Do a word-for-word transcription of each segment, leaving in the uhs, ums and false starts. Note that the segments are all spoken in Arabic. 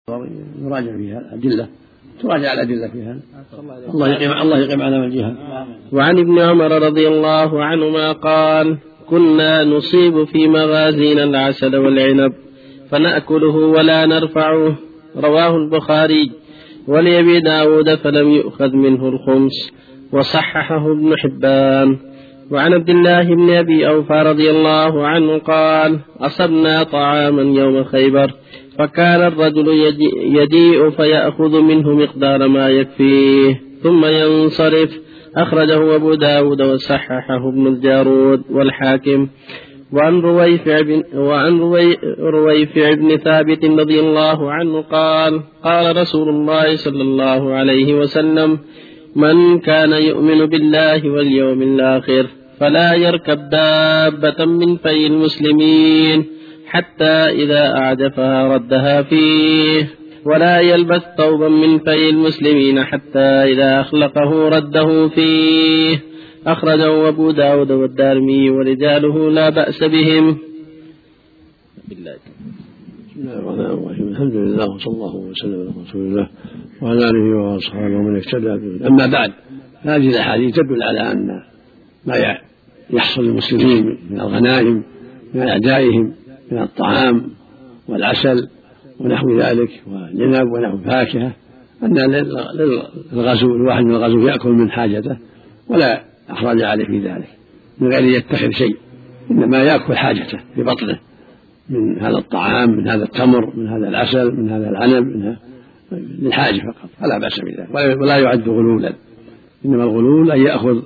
يراجع فيها الأدلة، تراجع الأدلة فيها. الله يقيم الله يقيم على وجهها. وعن ابن عمر رضي الله عنهما قال: كنا نصيب في مغازينا العسل والعنب فنأكله ولا نرفعه، رواه البخاري. ولأبي داود فلم يؤخذ منه الخمس، وصححه ابن حبان. وعن عبد الله بن أبي أوفى رضي الله عنه قال: أصبنا طعاما يوم خيبر فكان الرجل يجيء فيأخذ منه مقدار ما يكفيه ثم ينصرف، أخرجه أبو داود وصححه ابن الجارود والحاكم. وعن رويفع بن, وعن رويفع بن ثابت رضي الله عنه قال: قال رسول الله صلى الله عليه وسلم: من كان يؤمن بالله واليوم الآخر فلا يركب دابة من في المسلمين حتى إذا أعجفها ردها فيه، ولا يلبس ثوبا من في المسلمين حتى إذا أخلقه رده فيه، أخرجه أبو داود والدارمي ورجاله لا بأس بهم. بالله. بسم الله الرحمن الرحيم. الحمد لله وصلى الله وسلم على رسول الله وعلى آله وأصحابه ومن اهتدى به. أما بعد، هذه الأحاديث تدل على أن ما يحصل للمسلمين من الغنائم من أعدائهم من الطعام والعسل ونحو ذلك والعنب ونحو الفاكهة، أن للغزو الواحد من الغزو يأكل من حاجته ولا أخرج عليه في ذلك من غير يتخذ شيء، إنما يأكل حاجته في بطنه من هذا الطعام من هذا التمر من هذا العسل من هذا العنب من للحاجة فقط، فلا بأس بذلك ولا يعد غلولا. إنما الغلول أن يأخذ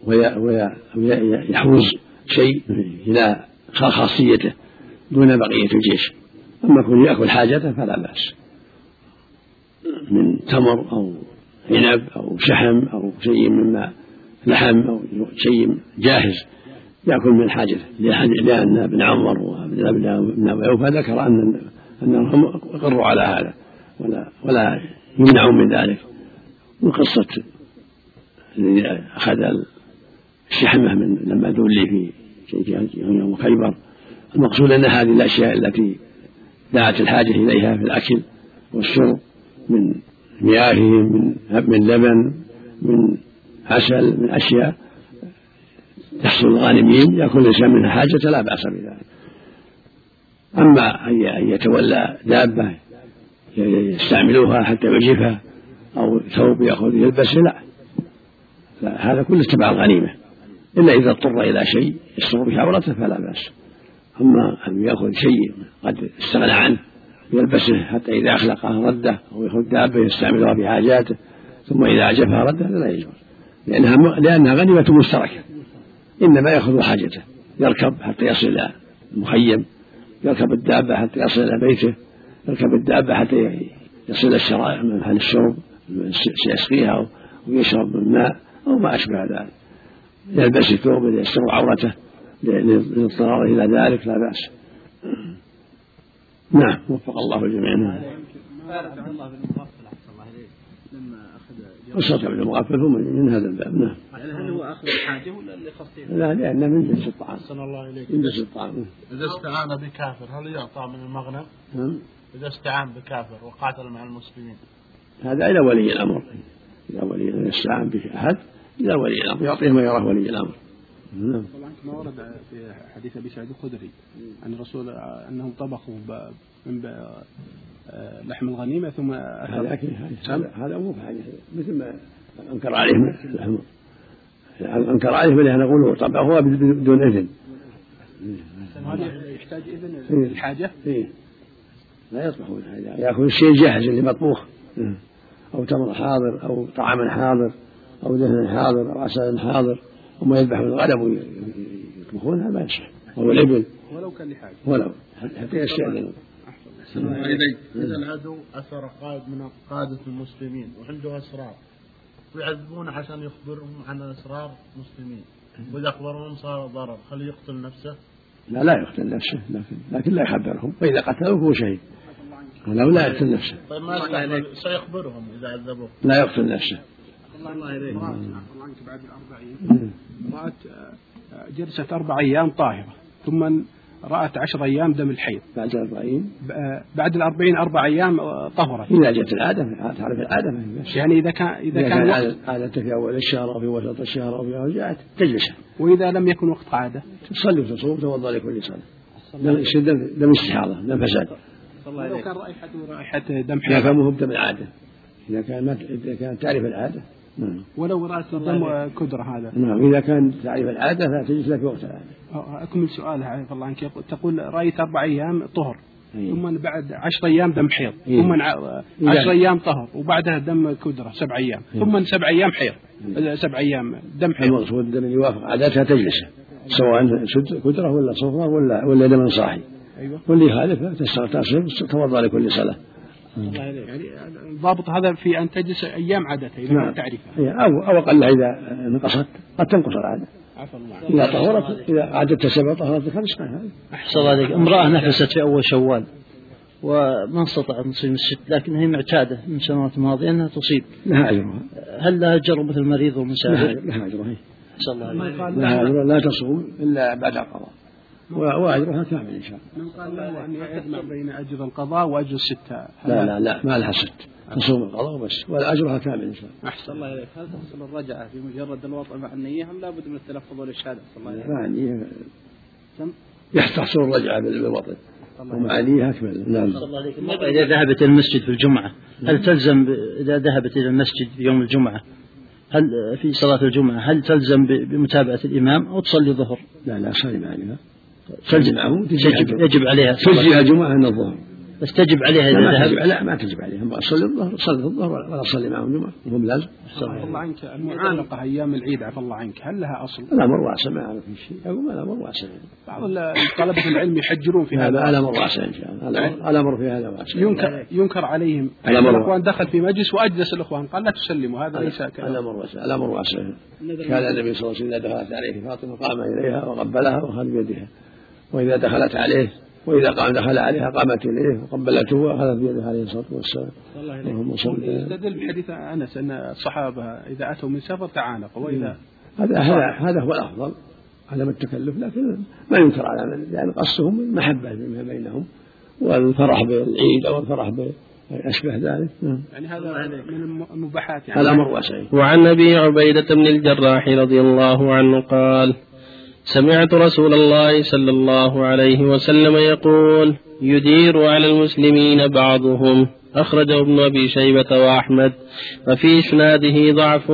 ويحوز شيء إلى خاصيته دون بقية الجيش. أما كل يأكل حاجته فلا بأس من تمر أو عنب أو شحم أو شيء مما لحم أو شيء جاهز يأكل من حاجته، لأن ابن عمر وابن أبي أوفى ذكر أن أنهم أقروا على هذا ولا ولا يمنعون من ذلك. من قصة الذي أخذ الشحمة من لما دولي في يوم خيبر، المقصود أن هذه الأشياء التي دعت الحاجة إليها في الأكل والشرب من مياههم من من لبن من عسل من أشياء تحصل الغانمين يأكل الإنسان منها حاجة لا بأس بذلك. أما أن يتولى دابة يستعملوها حتى يعجفها أو ثوب يأخذ يلبسه لا، هذا كله تبع الغنيمة، إلا إذا اضطر إلى شيء يستر به عورته فلا بأس. أما أن يأخذ شيء قد استغنى عنه يلبسه حتى إذا أخلقه رده أو يأخذ دابة يستعملها بحاجاته ثم إذا أعجبها رده لا يجوز، لأنها, لأنها غنيمة مشتركة، إنما يأخذ حاجته يركب حتى يصل إلى المخيم، يركب الدابة حتى يصل إلى بيته، يركب الدابة حتى يصل إلى الشرائع من محل الشرب سيسقيها ويشرب من ماء أو ما أشبه ذلك، يلبس ثوب يستر عورته للاضطرار إلى ذلك لا بأس. نعم، وفق الله الجميع. قصة ابن المغفل هو من هذا الباب. نعم. هل هو أخذ الحاجة ولا اللي خصيص؟ لا، لأنه من جنس الطعام. صلى الله عليه من جنس الطعام. إذا استعان بكافر هل يعطى من المغنم؟ نعم. إذا استعان بكافر وقاتل مع المسلمين هذا إلى ولي الأمر، إلى ولي الأمر استعان بأحد إلى ولي الأمر يعطيه ما يراه ولي الأمر. نعم. ما ورد في حديث أبي سعيد الخدري عن الرسول أنهم طبخوا من لحم الغنيمة ثم هذا هذا مو بحاجة مثل ما أنكر عليه اللحم أنكر عليه بل نقول طبعا هو بدون إذن. هذا يحتاج إذن الحاجة؟ إيه لا يطبخ بالحاجة، يأكل الشيء جاهز اللي مطبوخ أو تمر حاضر أو طعام حاضر أو دهن حاضر أو عسل حاضر وما يذبح من الغنم ويطبخونها ما يصح، أو الإبل ولو كان لحاجة ولو حتى يستأذنوا. إذا العدو أثر قائد من قادة المسلمين وعنده أسرار ويعذبون عشان يخبرهم عن أسرار المسلمين، وإذا أخبرهم صار ضرر، هل يقتل نفسه؟ لا لا يقتل نفسه، لكن لكن لا يخبرهم، وإذا قتلوه هو شهيد ولو لا يقتل نفسه. طيب ما سيخبرهم إذا عذبوه؟ لا يقتل نفسه. الله إليك. الله عنك بعد الأربعين رأت جلسة أربع أيام طاهرة ثم رأت عشر أيام دم الحيض بعد الأربعين بعد الأربعين أربع أيام طهرت. إذا جت العادة تعرف العادة يعني إذا كان إذا, إذا كان وقت عادة في أول الشهر أو في وسط الشهر أو في أول جاءت تجلس. وإذا لم يكن وقت عادة تصلي وتصوم توضأ لكل صلاة. يصير دم استحاضة دم فساد. لو كان رائحته رائحة دم حيض. إذا كان مو بدم العادة. إذا كان ما إذا كانت تعرف العادة. نعم. ولو رأت الدم كدرة هذا. نعم إذا كان تعرف العادة فتجلس لك وقت العادة. أكمل سؤالها عفى الله عنك. تقول رأيت أربع أيام طهر ثم بعد عشر أيام دم حيض ثم عشر أيام طهر وبعدها دم كدرة سبع أيام ثم سبع أيام حيض سبع أيام دم حيض. المقصود الدم يوافق عادتها تجلس سواء كدرة ولا صفرة ولا ولا دم صاحي. أيوة. واللي يخالف تغسل توضأ لكل صلاة. يعني ضابط هذا في أن تجلس أيام عادتها إذا نعم. تعرفها أو أو أقل إذا نقصت قد تنقص العادة. إذا طهرت إذا عادتها سبع طهرت خمس ما هذا. أحسن الله عليك. امرأة نفست في أول شوال وما استطاعت تصيب الست لكن هي معتادة من سنوات ماضية أنها تصيب. لها أجرها. هل لها أجر مثل المريض والمسافر؟ لها أجرها. أحسن الله عليك. لها أجر لا تصوم إلا بعد القضاء وأجرها كامل إن شاء الله. من قال له أن يجمع بين أجر القضاء وأجر الستة؟ لا لا لا ما لها ست تصوم القضاء بس ولا أجرها كامل إن شاء الله. أحسن الله إليك. هل تحصل الرجعة في مجرد الوضع مع النية أم لابد من التلفظ والإشهاد؟ مع النية يحصل الرجعة بالوطن ومع النية أكمل. نعم. إذا ذهبت المسجد في الجمعة هل تلزم إذا ذهبت إلى المسجد في يوم الجمعة هل في صلاة الجمعة هل تلزم بمتابعة الإمام أو تصلي ظهر؟ لا لا صلي معها. تجب يجب, يجب عليها تجزيها جمعة من الظهر. بس تجب عليها إذا ذهب. لا ما تجب عليها. ما صلي الظهر صلي الظهر ولا صلي معهم جمعة وهم لازم. عفى الله عنك. المعانقة أيام العيد عفى الله عنك هل لها أصل؟ الأمر واسع ما أعرف شيء. أقول الأمر واسع. بعض طلبة العلم يحجرون في هذا. الأمر واسع إن شاء الله. الأمر في هذا واسع. ينكر ينكر عليهم. الأخوان دخل في مجلس وأجلس الأخوان قال لا تسلموا هذا ليس كذا. الأمر واسع. الأمر واسع. كان النبي صلى الله عليه وسلم إذا دخلت عليه فاطمة قام إليها وقبلها وأخذ بيدها وإذا دخلت عليه وإذا قام دخل عليها قامت إليه وقبلته وأخذت بيده عليه الصلاة والسلام. اللهم صل. يستدل بحديث أنس أن الصحابة إذا أتوا من سفر تعانقوا وإذا هذا هذا هذا هو الأفضل عدم التكلف لكن ما ينكر على من لأن قصدهم المحبة بينهم والفرح بالعيد أو الفرح بأشبه ذلك. يعني هذا من المباحات يعني. الأمر واسع. وعن أبي عبيدة بن الجراح رضي الله عنه قال سمعت رسول الله صلى الله عليه وسلم يقول يدير على المسلمين بعضهم. أخرجه ابن أبي شيبة وأحمد وفي إسناده ضعف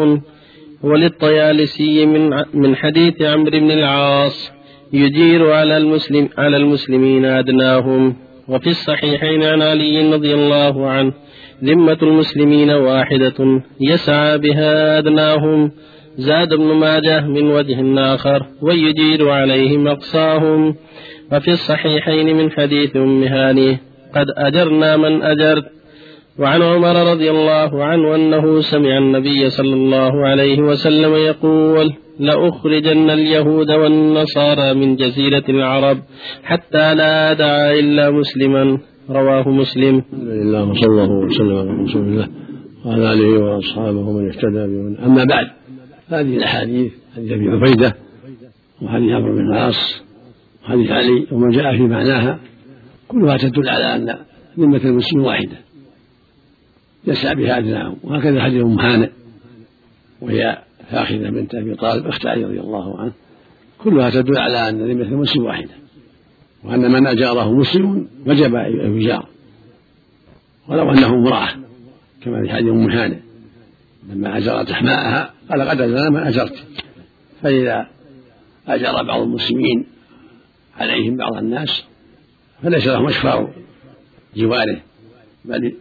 وللطيالسي من من حديث عمرو بن العاص يدير على المسلم على المسلمين أدناهم. وفي الصحيحين عن علي رضي الله عنه ذمة المسلمين واحدة يسعى بها أدناهم. زاد ابن ماجه من وجه آخر ويدير عليهم أقصاهم. وفي الصحيحين من حديث أم هاني قد أجرنا من أجرت. وعن عمر رضي الله عنه أنه سمع النبي صلى الله عليه وسلم يقول لأخرجن اليهود والنصارى من جزيرة العرب حتى لا أدع إلا مسلما. رواه مسلم. الحمد لله وصلى الله وسلم على رسول الله وعلى آله وأصحابه ومن اهتدى بمن. أما بعد هذه الأحاديث حديث أبي عبيدة وحديث عمرو بن العاص وحديث علي وما جاء في معناها كلها تدل على أن ذمة المسلمين واحدة يسعى بها أدناهم. وهكذا حديث أم هانئ وهي فاخذة بنت أبي طالب أخت علي رضي الله عنه كلها تدل على أن ذمة المسلم واحدة وأن من أجاره مسلم وجب أن يجار ولو أنه امرأة كما في حديث أم هانئ لما أجرت أحماءها قال قد أجرنا من أجرت. فإذا أجر بعض المسلمين عليهم بعض الناس فليس لهم إشفاء جواره بل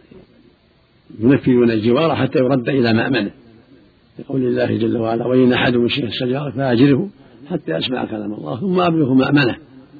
ينفذون الجوار حتى يرد إلى مأمنه لقول الله جل وعلا وإن أحد من شيء الشجرة فأجره حتى يسمع كلام الله ثم أبلغه مأمنه.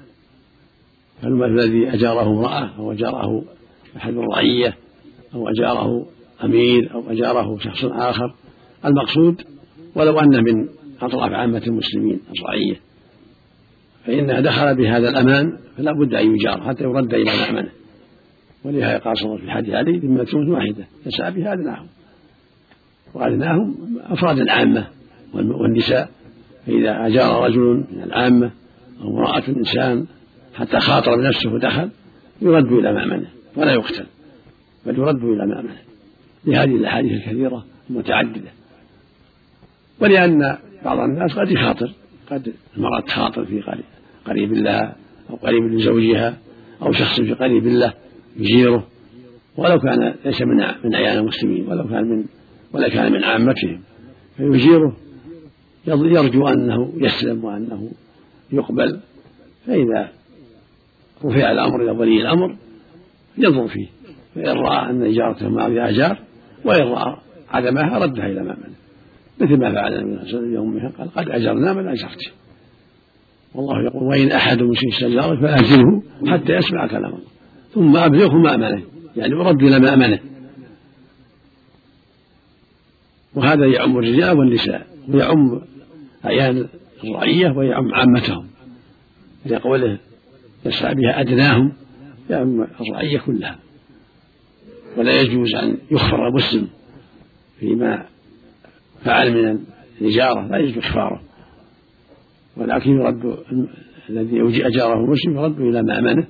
فالذي أجاره امرأة أو أجاره أحد الرعية أو أجاره أمير أو أجاره شخص آخر المقصود ولو أن من أطراف عامة المسلمين الرعية فإنها دخل بهذا الأمان فلا بد أن يجار حتى يرد إلى مأمنه. ولهذا قال صلى الله عليه وسلم في حديث علي ذمة واحدة يسعى بها أدناهم. وأدناهم أفراد العامة والنساء. فإذا أجار رجل من العامة أو امرأة إنسان حتى خاطر بنفسه ودخل يرد إلى مأمنه ولا يقتل، بل يرد إلى مأمنه لهذه الأحاديث الكثيرة المتعددة. ولأن بعض الناس قد يخاطر، قد المرأة تخاطر في قريب لها أو قريب لزوجها أو شخص في قريب له يجيره، ولو كان ليس من من أعيان المسلمين، ولو كان من ولا كان من عامتهم، فيجيره يرجو أنه يسلم وأنه يقبل. فإذا رفع الأمر إلى ولي الأمر ينظر فيه، فإن رأى أن إجارته ما فيها أجار، وإن رأى عدمها ردها إلى مأمنه، مثل ما فعل النبي صلى الله عليه وسلم يومها قال قد أجرنا من أجرته. والله يقول وإن أحد من شيء استجارك فأجره حتى يسمع كلام الله ثم أبلغه مأمنه، يعني يرد إلى مأمنه. وهذا يعم الرجال والنساء، ويعم أعيان الرعية ويعم عامتهم، لقوله يسعى بها أدناهم، يعم الرعية كلها. ولا يجوز أن يخفر المسلم فيما فعل من الإجارة، لا يجوز إخفاره، ولكن يرد الذي أجاره المسلم يرد إلى مأمنه،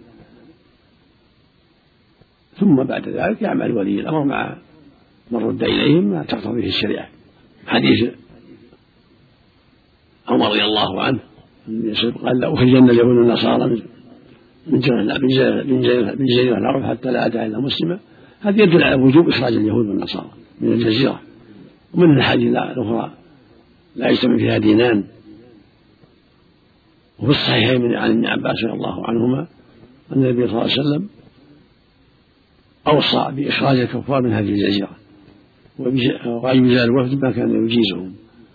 ثم بعد ذلك يعمل ولي الأمر مع من رد إليهم ما تقتضيه الشريعة. حديث عمر رضي الله عنه قال لأخرجن اليهود والنصارى من جزيرة العرب حتى لا أدع إلا مسلما. هذا يدل على وجوب إخراج اليهود والنصارى من الجزيرة. ومن الحاجة الأخرى لا يجتمع فيها دينان. وفي الصحيحين عن ابن عباس رضي الله عنهما أن النبي صلى الله عليه وسلم أوصى بإخراج الكفار من هذه الجزيرة وأن يزال الوفد ما كان يجيزهم.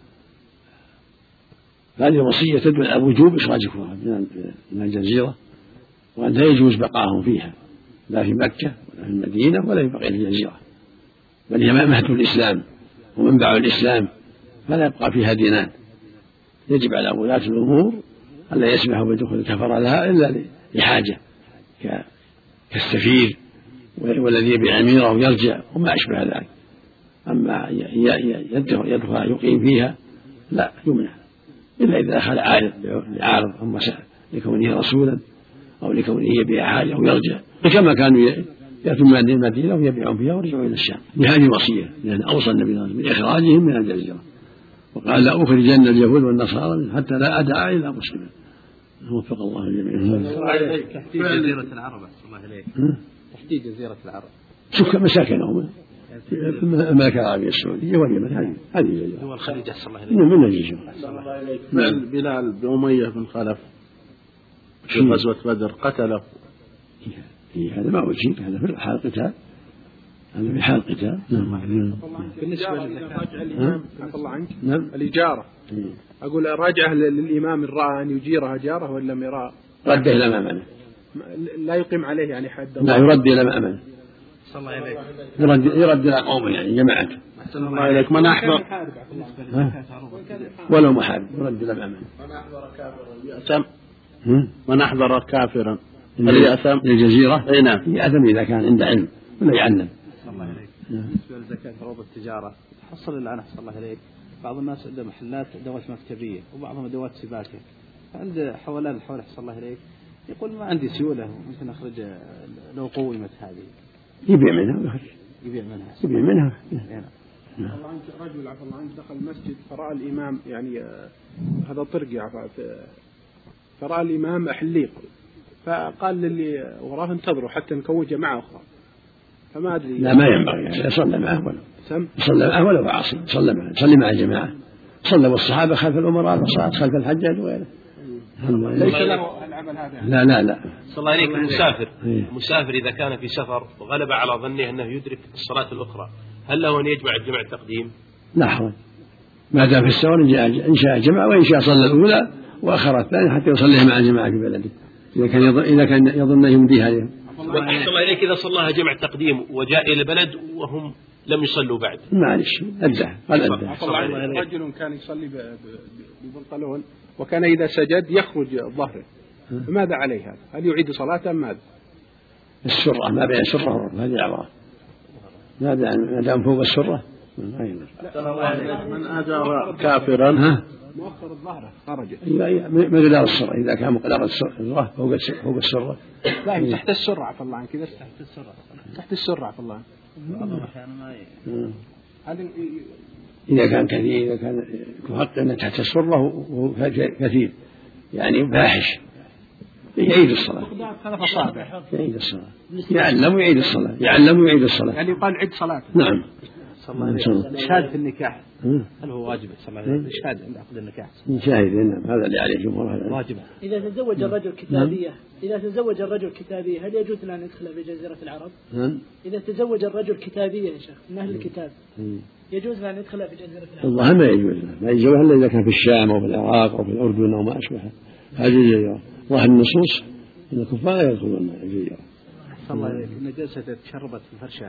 هذه الوصية تدل على وجوب إخراج الكفار من الجزيرة، وأن لا يجوز بقاءهم فيها لا في مكة ولا في المدينة ولا في بقية الجزيرة، بل هي مهد الإسلام ومنبع الإسلام، فلا يبقى فيها دينان. يجب على ولاة الأمور ألا يسمحوا بدخول الكفر لها إلا لحاجة كالسفير والذي يبيع أميره ويرجع وما أشبه ذلك. أما يدخل يقيم فيها لا يمنع، إلا إذا دخل عارض لعارض أما لكونه رسولا أو لكونه يبيع حاجة ويرجع، كما كانوا يأتون من المدينة ويبيعون فيها ويرجعون إلى الشام. بهذه الوصية، لأن أوصى النبي صلى الله عليه وسلم بإخراجهم من الجزيرة، وقال لا أخرجن اليهود والنصارى حتى لا أدع إلى مسلم. وفق الله الجميع. تحديد جزيرة العرب الله إليك. تحديد جزيرة العرب سكان مساكنهم في المملكة العربية السعودية واليمن، هذه هذه الجزيرة دول الخليج أحسن الله إليك. من الجزيرة. بلال بن أمية بن خلف في غزوة بدر قتله. هذا ما أجيب، هذا في حال قتال، هذا في حال قتال. بالنسبة لراجع الإمام عفى الله عنك الإجارة، أقول راجعه للإمام إن رأى أن يجيرها جاره ولا لم يرى رده إلى مأمنه، لا يقيم عليه يعني حد، لا يرد إلى مأمنه، صلى الله عليك يرد يرد إلى قومه يعني جماعته. صلى الله عليك من أحضر ولو محارب يرد إلى مأمنه. من أحضر كافرا يأثم، من أحضر كافرا هل يأثم للجزيرة؟ أي نعم يأثم إذا كان عنده علم ولا يعلم. صلى الله عليك. بالنسبة لزكاة عروض التجارة تحصل الآن صلى الله عليك بعض الناس عنده محلات أدوات مكتبية وبعضهم أدوات سباكة، عند حولان الحول صلى الله عليك يقول ما عندي سيولة ممكن أخرج لو قومت هذه، يبيع منها ويخرج، يبيع منها يبيع منها. الله عنك رجل عفى الله عنك دخل المسجد فرأى الإمام يعني هذا طرق عفى فرأى الإمام حليق، فقال للي وراه انتظروا حتى نكوج معه أخرى، فما أدري. لا ما ينبغي يعني صلى معه ولو سم صلى معه ولو عاصي، صلى معه صلى مع الجماعة، صلى والصحابة خلف الأمراء وصلى خلف الحجاج وغيره. ليس له العمل هذا. لا لا لا. صلى الله عليك. المسافر المسافر إذا كان في سفر وغلب على ظنه أنه يدرك الصلاة الأخرى هل له أن يجمع الجمع التقديم؟ لا حرج، ما دام في السفر إن شاء جمع وإن شاء صلى الأولى وأخر الثانية حتى يصليها مع الجماعة في بلده إذا كان يظن إذا كان يظن يمديها عليهم. أحسن الله إليك إذا صلاها جمع التقديم وجاء إلى البلد وهم لم يصلوا بعد. معلش أدى قال أدى. رجل كان يصلي ببنطلون وكان إذا سجد يخرج ظهره، فماذا عليه هذا؟ هل يعيد صلاته أم ماذا؟ السرة ما بين السرة والركبة هذه عورة، ما دام فوق السرة. من أجر كافرا مؤخر الظهر خرجت مقدار السرة، إذا كان مقدار السرة فوق فوق السرة. لا تحت السرة عفى الله عنك، إذا تحت السرة تحت السرة عفى الله عنك. إذا كان كثير، إذا كان حق أنه تحت السرة وهو كثير يعني فاحش يعيد الصلاة. ثلاث أصابع يعيد الصلاة، يعلم ويعيد الصلاة، يعلم ويعيد الصلاة. يعني يقال عيد صلاة. نعم. شهادة النكاح هل هو واجب؟ الشهادة عند عقد النكاح. شاهد، نعم، هذا اللي عليه جمهور. واجب. إذا تزوج الرجل كتابية، إذا تزوج الرجل كتابية هل يجوز له أن يدخل في جزيرة العرب؟ إذا تزوج الرجل كتابية يا شيخ من أهل الكتاب يجوز له أن يدخل في جزيرة العرب؟ والله ما يجوز له، ما يجوز إلا إذا كان في الشام أو في العراق أو في الأردن أو ما أشبهه. هذه الجزيرة ظاهر النصوص أن الكفار لا يدخلون الجزيرة. الله النجاسة إذا تشربت في الفرشة،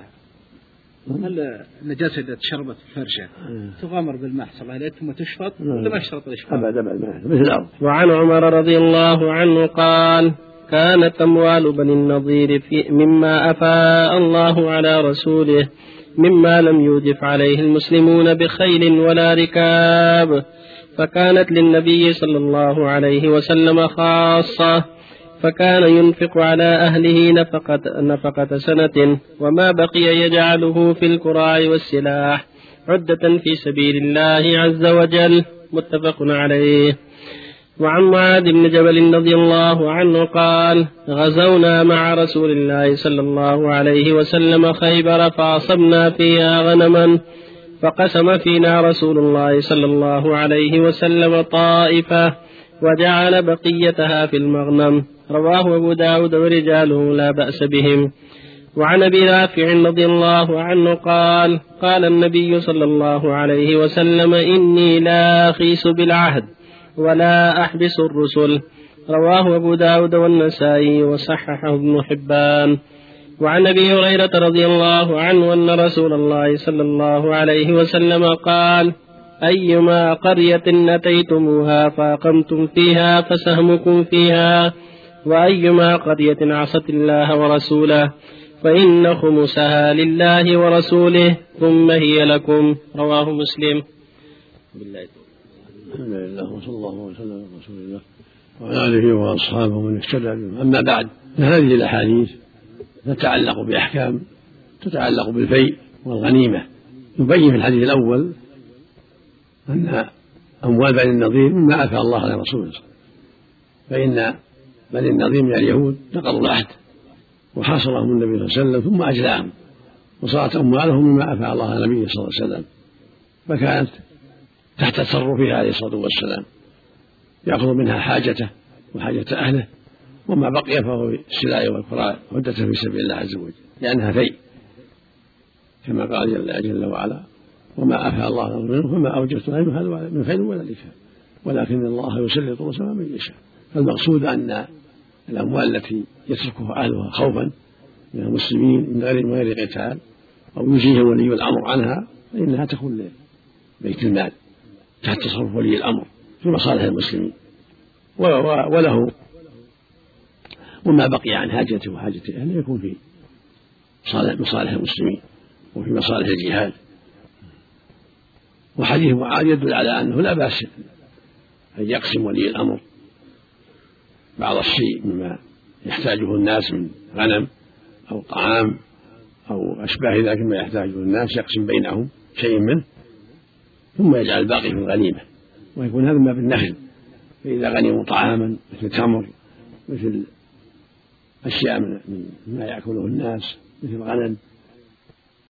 هل النجاسة إذا تشربت في الفرشة تغامر بالماء صلى الله عليه ثم تشفط ولا ما يشترط الإشفاط؟ أبدا أبدا مثل الأرض. وعن عمر رضي الله عنه قال: كانت أموال بني النضير في مما أفاء الله على رسوله مما لم يوجف عليه المسلمون بخيل ولا ركاب، فكانت للنبي صلى الله عليه وسلم خاصة، فكان ينفق على أهله نفقة, نفقة سنة، وما بقي يجعله في الكراع والسلاح عدة في سبيل الله عز وجل. متفق عليه. وعن معاذ بن جبل رضي الله عنه قال: غزونا مع رسول الله صلى الله عليه وسلم خيبر فأصبنا فيها غنما، فقسم فينا رسول الله صلى الله عليه وسلم طائفة وجعل بقيتها في المغنم. رواه أبو داود ورجاله لا بأس بهم. وعن أبي رافع رضي الله عنه قال: قال النبي صلى الله عليه وسلم: إني لا أخيس بالعهد ولا أحبس الرسل. رواه أبو داود والنسائي وصححه ابن حبان. وعن أبي هريرة رضي الله عنه أن رسول الله صلى الله عليه وسلم قال: أيما قرية أتيتموها فأقمتم فيها فسهمكم فيها، وأيما قرية عصت الله ورسوله فإن خمسها لله ورسوله ثم هي لكم. رواه مسلم. بالله الحمد لله وصلى الله وسلم على رسول الله وعلى آله وأصحابه من اهتدى بهم. أما بعد، فهذه الأحاديث تتعلق بأحكام تتعلق بالفيء والغنيمة. يبين في الحديث الأول أن أموال بني النضير مما أفاء الله على رسوله، فإن بني النضير من اليهود نقضوا العهد وحاصرهم النبي صلى الله عليه وسلم ثم أجلاهم، وصارت أموالهم مما أفاء الله على النبي صلى الله عليه وسلم، فكانت تحت تصرفه عليه الصلاة والسلام، يأخذ منها حاجته وحاجة أهله، وما بقي فهو السلاء والقراء عدة في سبيل الله عز وجل، لأنها فيء كما قال جل وعلا: وما أفاء الله منه فما أوجبتم عليه من خير ولا ركاب ولكن الله يسلط رسله من يشاء. فالمقصود أن الأموال التي يتركها أهلها خوفا من المسلمين من غير غير قتال أو يجيه ولي الأمر عنها فإنها تكون لبيت المال تحت تصرف ولي الأمر في مصالح المسلمين، وله وما بقي عن حاجته وحاجة أهله يكون في مصالح المسلمين وفي مصالح الجهاد. وحديث معاذ يدل على أنه لا بأس أن يقسم ولي الأمر بعض الشيء مما يحتاجه الناس من غنم أو طعام أو أشباه ذلك مما يحتاجه الناس، يقسم بينهم شيء منه ثم يجعل الباقي في الغنيمة، ويكون هذا ما بالنخل، فإذا غنموا طعاما مثل تمر مثل أشياء من ما يأكله الناس مثل غنم